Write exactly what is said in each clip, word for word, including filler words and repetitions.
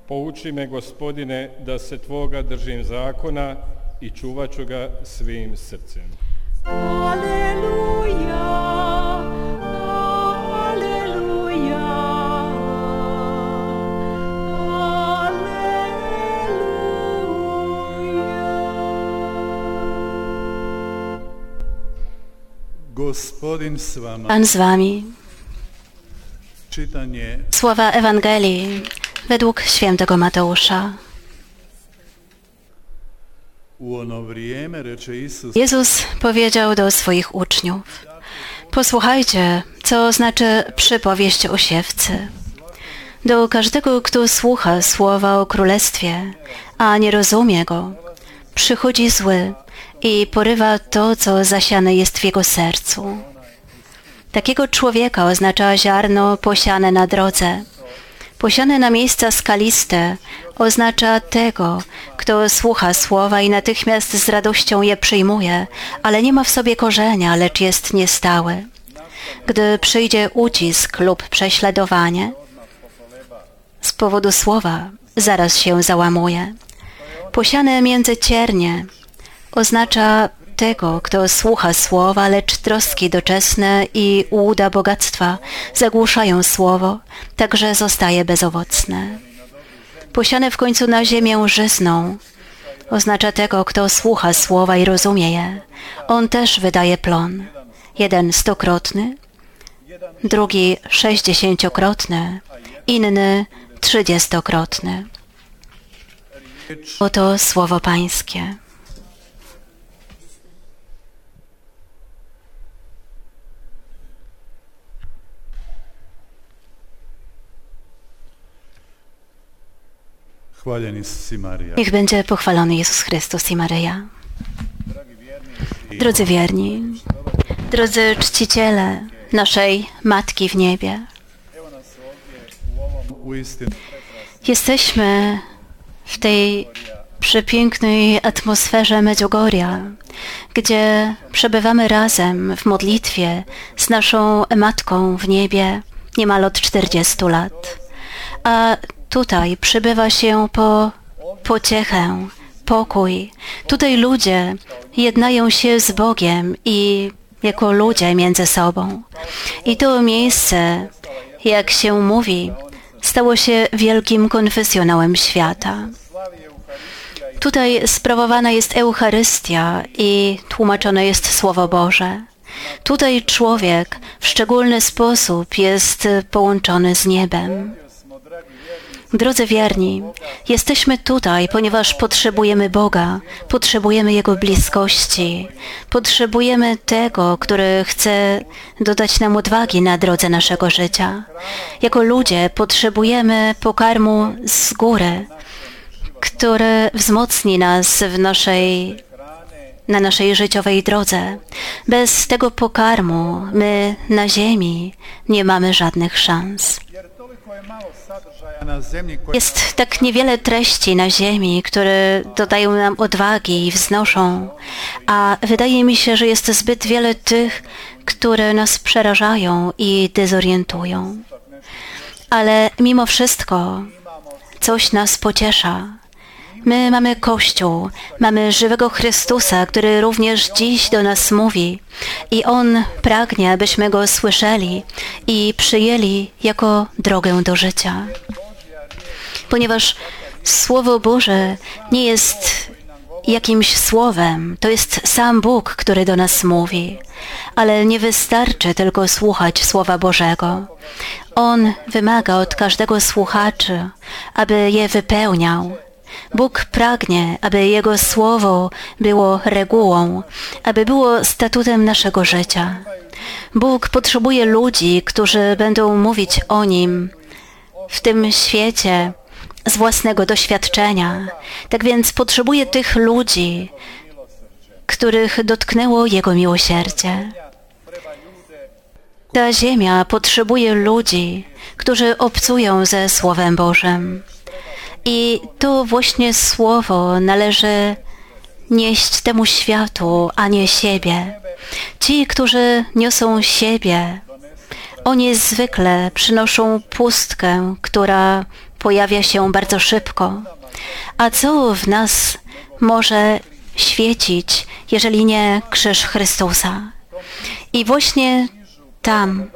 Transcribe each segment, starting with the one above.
Pouči me, Gospodine, da se Tvoga držim zakona i čuvat ću ga svim srcem. Aleluja, aleluja, aleluja. Gospodin s vama. Pan z wami. Czytanie Słowa Ewangelii według świętego Mateusza. u ono vrijeme reče Isus: Jezus powiedział do swoich uczniów: posłuchajcie, co znaczy przypowieść o siewcy. Do każdego, kto słucha słowa o królestwie, a nie rozumie go, przychodzi zły i porywa to, co zasiane jest w jego sercu. Takiego człowieka oznacza ziarno posiane na drodze. Posiane na miejsca skaliste oznacza tego, kto słucha słowa i natychmiast z radością je przyjmuje, ale nie ma w sobie korzenia, lecz jest niestały. Gdy przyjdzie ucisk lub prześladowanie, z powodu słowa zaraz się załamuje. Posiane między ciernie oznacza tego, kto słucha słowa, lecz troski doczesne i łuda bogactwa zagłuszają słowo, także zostaje bezowocne. Posiane w końcu na ziemię żyzną oznacza tego, kto słucha słowa i rozumie je. On też wydaje plon. Jeden stokrotny, drugi sześćdziesięciokrotny, inny trzydziestokrotny. Oto słowo Pańskie. Niech będzie pochwalony Jezus Chrystus i Maryja. Drodzy wierni, drodzy czciciele naszej Matki w niebie, jesteśmy w tej przepięknej atmosferze Medjugorja, gdzie przebywamy razem w modlitwie z naszą Matką w niebie niemal od czterdziestu lat. A tutaj przybywa się po pociechę, pokój. Tutaj ludzie jednają się z Bogiem i jako ludzie między sobą. I to miejsce, jak się mówi, stało się wielkim konfesjonałem świata. Tutaj sprawowana jest Eucharystia i tłumaczone jest Słowo Boże. Tutaj człowiek w szczególny sposób jest połączony z niebem. Drodzy wierni, jesteśmy tutaj, ponieważ potrzebujemy Boga, potrzebujemy Jego bliskości, potrzebujemy tego, który chce dodać nam odwagi na drodze naszego życia. Jako ludzie potrzebujemy pokarmu z góry, który wzmocni nas w naszej, na naszej życiowej drodze. Bez tego pokarmu my na ziemi nie mamy żadnych szans. Jest tak niewiele treści na ziemi, które dodają nam odwagi i wznoszą, a wydaje mi się, że jest zbyt wiele tych, które nas przerażają i dezorientują. Ale mimo wszystko coś nas pociesza. My mamy Kościół, mamy żywego Chrystusa, który również dziś do nas mówi i On pragnie, abyśmy Go słyszeli i przyjęli jako drogę do życia. Ponieważ Słowo Boże nie jest jakimś słowem, to jest sam Bóg, który do nas mówi. Ale nie wystarczy tylko słuchać Słowa Bożego. On wymaga od każdego słuchacza, aby je wypełniał. Bóg pragnie, aby Jego Słowo było regułą, aby było statutem naszego życia. Bóg potrzebuje ludzi, którzy będą mówić o Nim w tym świecie z własnego doświadczenia. Tak więc potrzebuje tych ludzi, których dotknęło Jego miłosierdzie. Ta ziemia potrzebuje ludzi, którzy obcują ze Słowem Bożym. I to właśnie Słowo należy nieść temu światu, a nie siebie. Ci, którzy niosą siebie, oni zwykle przynoszą pustkę, która pojawia się bardzo szybko. A co w nas może świecić, jeżeli nie krzyż Chrystusa? I właśnie tam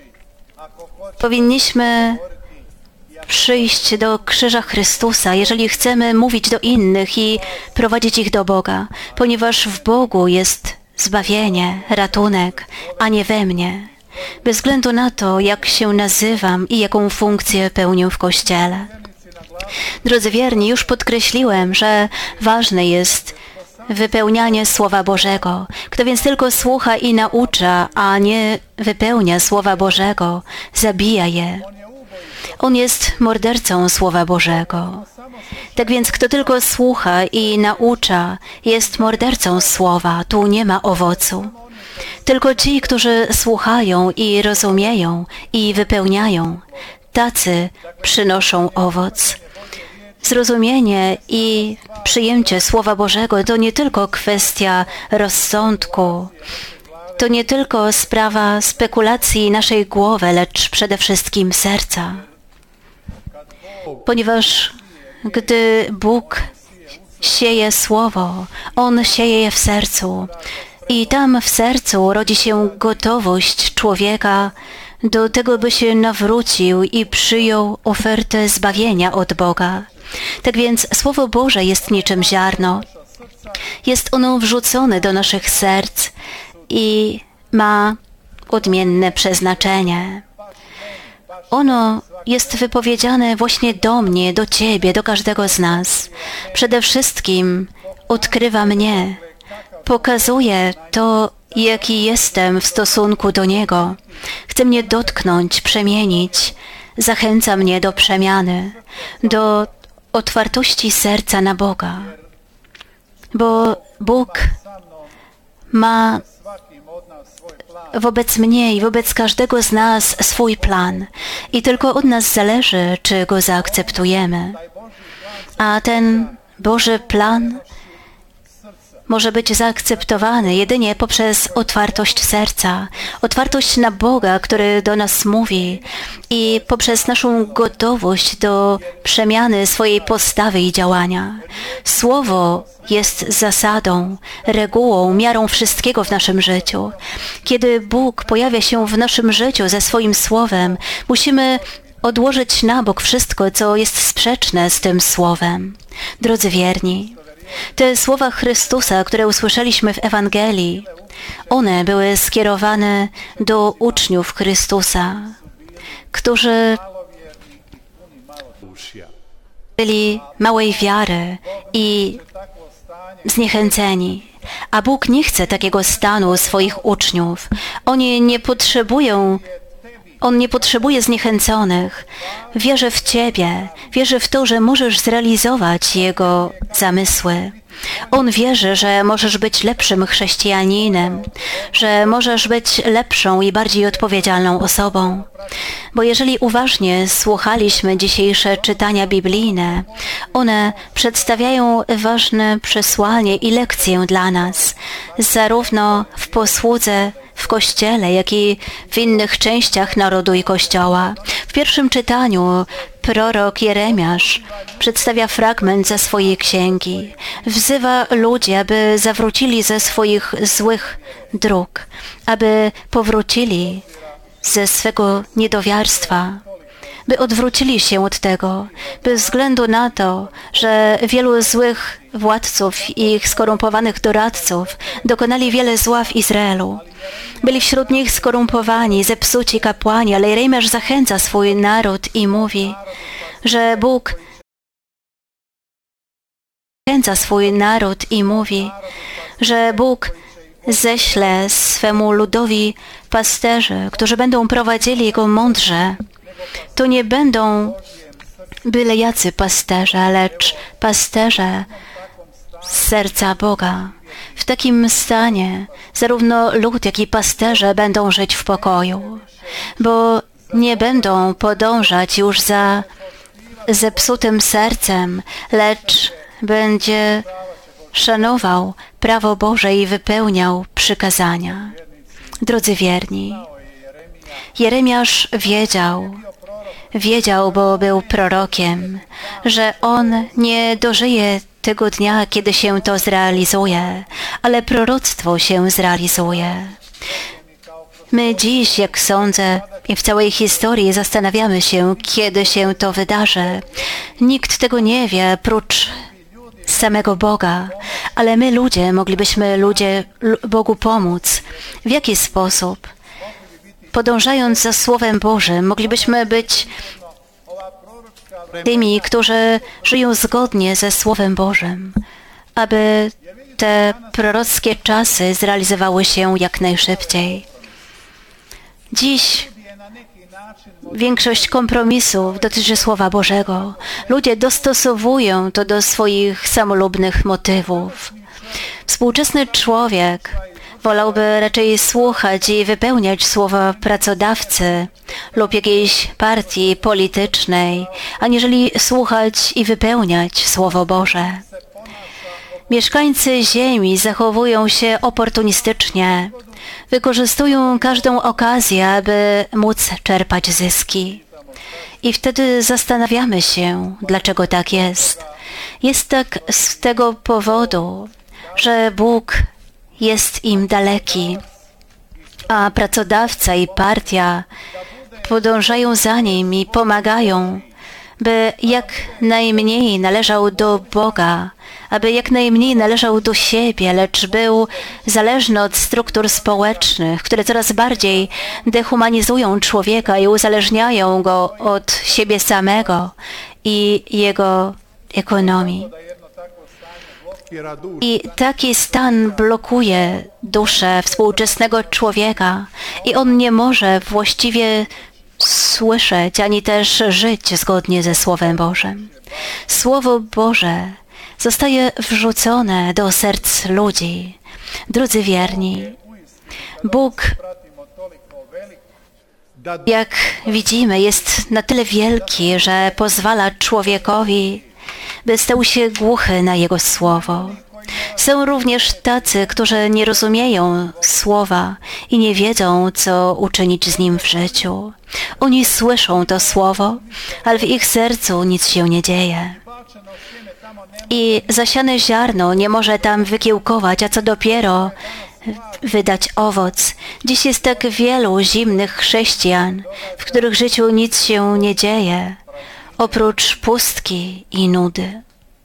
powinniśmy przyjść do krzyża Chrystusa, jeżeli chcemy mówić do innych i prowadzić ich do Boga, ponieważ w Bogu jest zbawienie, ratunek, a nie we mnie. Bez względu na to, jak się nazywam i jaką funkcję pełnię w Kościele. Drodzy wierni, już podkreśliłem, że ważne jest wypełnianie Słowa Bożego. Kto więc tylko słucha i naucza, a nie wypełnia Słowa Bożego, zabija je. On jest mordercą Słowa Bożego. Tak więc kto tylko słucha i naucza, jest mordercą Słowa. Tu nie ma owocu. Tylko ci, którzy słuchają i rozumieją i wypełniają, tacy przynoszą owoc. Zrozumienie i przyjęcie Słowa Bożego to nie tylko kwestia rozsądku, to nie tylko sprawa spekulacji naszej głowy, lecz przede wszystkim serca. Ponieważ gdy Bóg sieje Słowo, On sieje je w sercu i tam w sercu rodzi się gotowość człowieka do tego, by się nawrócił i przyjął ofertę zbawienia od Boga. Tak więc Słowo Boże jest niczym ziarno. Jest ono wrzucone do naszych serc i ma odmienne przeznaczenie. Ono jest wypowiedziane właśnie do mnie, do Ciebie, do każdego z nas. Przede wszystkim odkrywa mnie, pokazuje to, jaki jestem w stosunku do Niego. Chce mnie dotknąć, przemienić, zachęca mnie do przemiany, do otwartości serca na Boga. Bo Bóg ma wobec mnie i wobec każdego z nas swój plan i tylko od nas zależy, czy go zaakceptujemy. A ten Boży plan może być zaakceptowany jedynie poprzez otwartość serca, otwartość na Boga, który do nas mówi i poprzez naszą gotowość do przemiany swojej postawy i działania. Słowo jest zasadą, regułą, miarą wszystkiego w naszym życiu. Kiedy Bóg pojawia się w naszym życiu ze swoim Słowem, musimy odłożyć na bok wszystko, co jest sprzeczne z tym Słowem. Drodzy wierni, te słowa Chrystusa, które usłyszeliśmy w Ewangelii, one były skierowane do uczniów Chrystusa, którzy byli małej wiary i zniechęceni. A Bóg nie chce takiego stanu swoich uczniów. Oni nie potrzebują On nie potrzebuje zniechęconych. Wierzę w Ciebie. Wierzę w to, że możesz zrealizować Jego zamysły. On wierzy, że możesz być lepszym chrześcijaninem, że możesz być lepszą i bardziej odpowiedzialną osobą. Bo jeżeli uważnie słuchaliśmy dzisiejsze czytania biblijne, one przedstawiają ważne przesłanie i lekcję dla nas, zarówno w posłudze w Kościele, jak i w innych częściach narodu i Kościoła. W pierwszym czytaniu prorok Jeremiasz przedstawia fragment ze swojej księgi. Wzywa ludzi, aby zawrócili ze swoich złych dróg, aby powrócili ze swego niedowiarstwa, by odwrócili się od tego, bez względu na to, że wielu złych władców i ich skorumpowanych doradców dokonali wiele zła w Izraelu. Byli wśród nich skorumpowani, zepsuci kapłani, ale Jeremiasz zachęca swój naród i mówi, że Bóg zachęca swój naród i mówi, że Bóg ześle swemu ludowi pasterzy, którzy będą prowadzili go mądrze. To nie będą byle jacy pasterze, lecz pasterze z serca Boga. W takim stanie zarówno lud, jak i pasterze będą żyć w pokoju, bo nie będą podążać już za zepsutym sercem, lecz będzie szanował prawo Boże i wypełniał przykazania. Drodzy wierni, Jeremiasz wiedział, wiedział, bo był prorokiem, że on nie dożyje tego dnia, kiedy się to zrealizuje, ale proroctwo się zrealizuje. My dziś, jak sądzę, i w całej historii zastanawiamy się, kiedy się to wydarzy. Nikt tego nie wie, prócz samego Boga, ale my ludzie moglibyśmy ludzie Bogu pomóc. W jaki sposób? Podążając za Słowem Bożym, moglibyśmy być tymi, którzy żyją zgodnie ze Słowem Bożym, aby te prorockie czasy zrealizowały się jak najszybciej. Dziś większość kompromisów dotyczy Słowa Bożego. Ludzie dostosowują to do swoich samolubnych motywów. Współczesny człowiek wolałby raczej słuchać i wypełniać słowa pracodawcy lub jakiejś partii politycznej, aniżeli słuchać i wypełniać Słowo Boże. Mieszkańcy Ziemi zachowują się oportunistycznie, wykorzystują każdą okazję, aby móc czerpać zyski. I wtedy zastanawiamy się, dlaczego tak jest. Jest tak z tego powodu, że Bóg jest im daleki, a pracodawca i partia podążają za nim i pomagają, by jak najmniej należał do Boga, aby jak najmniej należał do siebie, lecz był zależny od struktur społecznych, które coraz bardziej dehumanizują człowieka i uzależniają go od siebie samego i jego ekonomii. I taki stan blokuje duszę współczesnego człowieka i on nie może właściwie słyszeć, ani też żyć zgodnie ze Słowem Bożym. Słowo Boże zostaje wrzucone do serc ludzi. Drodzy wierni, Bóg, jak widzimy, jest na tyle wielki, że pozwala człowiekowi, by stał się głuchy na Jego Słowo. Są również tacy, którzy nie rozumieją Słowa i nie wiedzą, co uczynić z nim w życiu. Oni słyszą to Słowo, ale w ich sercu nic się nie dzieje. I zasiane ziarno nie może tam wykiełkować, a co dopiero wydać owoc. Dziś jest tak wielu zimnych chrześcijan, w których życiu nic się nie dzieje, oprócz pustki i nudy.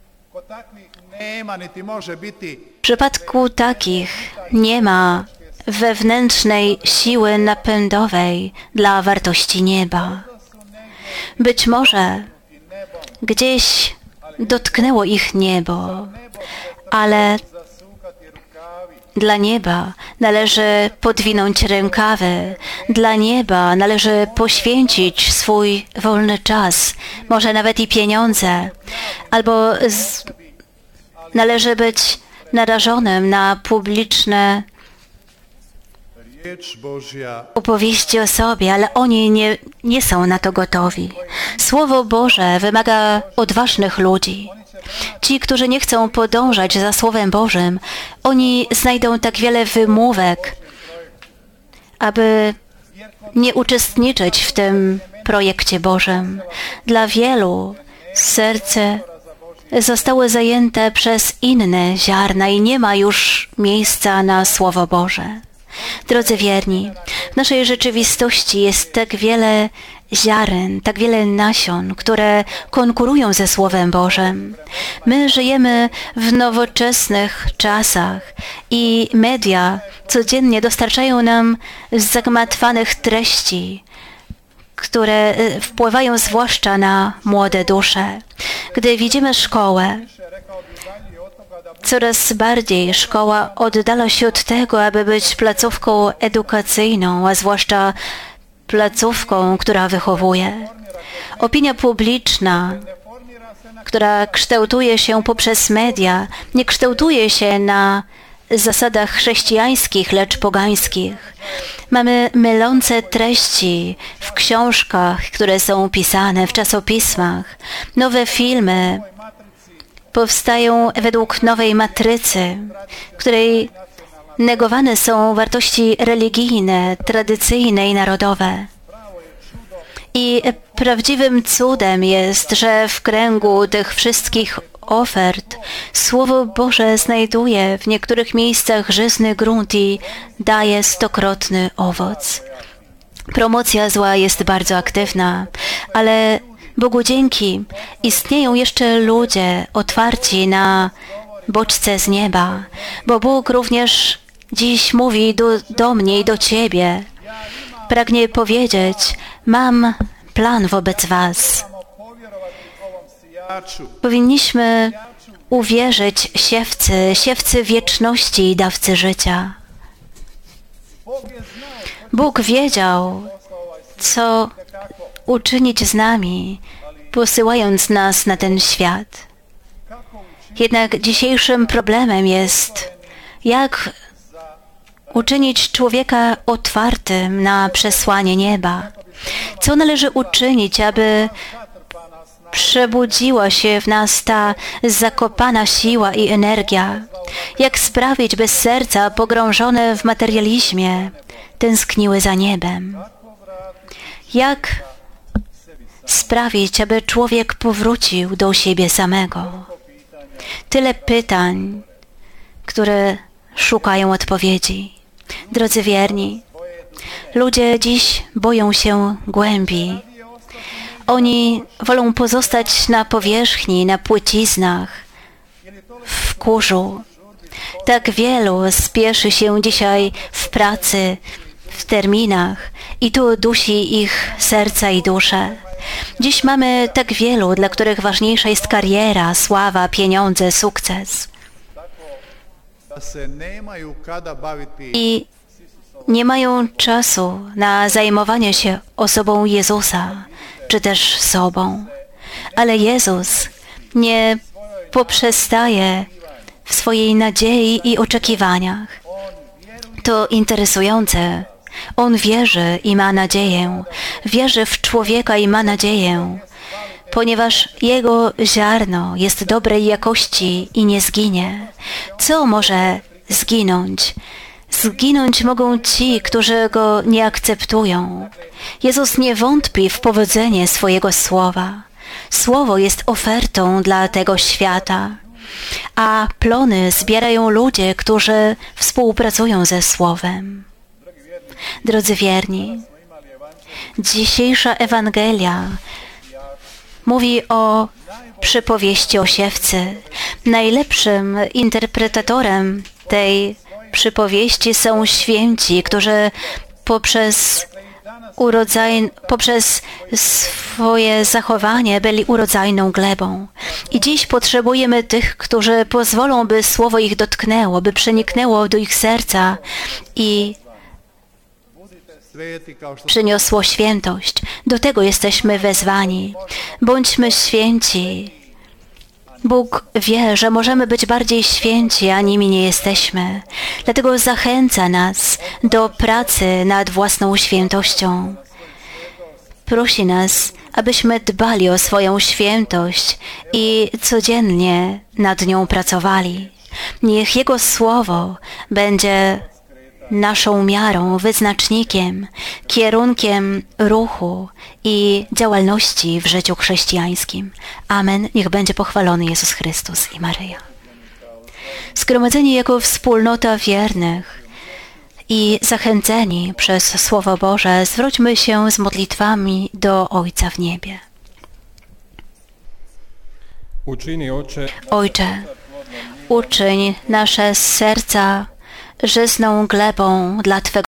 W przypadku takich nie ma wewnętrznej siły napędowej dla wartości nieba. Być może gdzieś dotknęło ich niebo, ale dla nieba należy podwinąć rękawy, dla nieba należy poświęcić swój wolny czas, może nawet i pieniądze, albo z... należy być narażonym na publiczne opowieści o sobie, ale oni nie, nie są na to gotowi. Słowo Boże wymaga odważnych ludzi. Ci, którzy nie chcą podążać za Słowem Bożym, oni znajdą tak wiele wymówek, aby nie uczestniczyć w tym projekcie Bożym. Dla wielu serce zostały zajęte przez inne ziarna i nie ma już miejsca na Słowo Boże. Drodzy wierni, w naszej rzeczywistości jest tak wiele ziaren, tak wiele nasion, które konkurują ze Słowem Bożym. My żyjemy w nowoczesnych czasach i media codziennie dostarczają nam zagmatwanych treści, które wpływają zwłaszcza na młode dusze. Gdy widzimy szkołę, coraz bardziej szkoła oddala się od tego, aby być placówką edukacyjną, a zwłaszcza placówką, która wychowuje. Opinia publiczna, która kształtuje się poprzez media, nie kształtuje się na zasadach chrześcijańskich, lecz pogańskich. Mamy mylące treści w książkach, które są pisane, w czasopismach. Nowe filmy powstają według nowej matrycy, w której negowane są wartości religijne, tradycyjne i narodowe. I Prawdziwym cudem jest, że w kręgu tych wszystkich ofert Słowo Boże znajduje w niektórych miejscach żyzny grunt i daje stokrotny owoc. Promocja zła jest bardzo aktywna, ale Bogu dzięki istnieją jeszcze ludzie otwarci na bodźce z nieba, bo Bóg również dziś mówi do, do mnie i do Ciebie. Pragnie powiedzieć, mam plan wobec was. Powinniśmy uwierzyć siewcy, siewcy wieczności i dawcy życia. Bóg wiedział, co uczynić z nami, posyłając nas na ten świat. Jednak dzisiejszym problemem jest, jak uczynić człowieka otwartym na przesłanie nieba. Co należy uczynić, aby przebudziła się w nas ta zakopana siła i energia? Jak sprawić, by serca pogrążone w materializmie tęskniły za niebem? Jak sprawić, aby człowiek powrócił do siebie samego? Tyle pytań, które szukają odpowiedzi. Drodzy wierni, ludzie dziś boją się głębi. Oni wolą pozostać na powierzchni, na płyciznach, w kurzu. Tak wielu spieszy się dzisiaj w pracy, w terminach i tu dusi ich serca i dusze. Dziś mamy tak wielu, dla których ważniejsza jest kariera, sława, pieniądze, sukces. I nie mają czasu na zajmowanie się osobą Jezusa, czy też sobą. Ale Jezus nie poprzestaje w swojej nadziei i oczekiwaniach. To interesujące. On wierzy i ma nadzieję. Wierzy w człowieka i ma nadzieję, ponieważ jego ziarno jest dobrej jakości i nie zginie. Co może zginąć? Zginąć mogą ci, którzy go nie akceptują. Jezus nie wątpi w powodzenie swojego słowa. Słowo jest ofertą dla tego świata, a plony zbierają ludzie, którzy współpracują ze Słowem. Drodzy wierni, dzisiejsza Ewangelia mówi o przypowieści o siewcy. Najlepszym interpretatorem tej przypowieści są święci, którzy poprzez, urodzaj, poprzez swoje zachowanie byli urodzajną glebą. I dziś potrzebujemy tych, którzy pozwolą, by słowo ich dotknęło, by przeniknęło do ich serca i przyniosło świętość. Do tego jesteśmy wezwani. Bądźmy święci. Bóg wie, że możemy być bardziej święci, a nimi nie jesteśmy. Dlatego zachęca nas do pracy nad własną świętością. Prosi nas, abyśmy dbali o swoją świętość i codziennie nad nią pracowali. Niech Jego Słowo będzie naszą miarą, wyznacznikiem, kierunkiem ruchu i działalności w życiu chrześcijańskim. Amen. Niech będzie pochwalony Jezus Chrystus i Maryja. Zgromadzeni jako wspólnota wiernych i zachęceni przez Słowo Boże, zwróćmy się z modlitwami do Ojca w niebie. Ojcze, uczyń nasze serca żyzną glebą dla Twego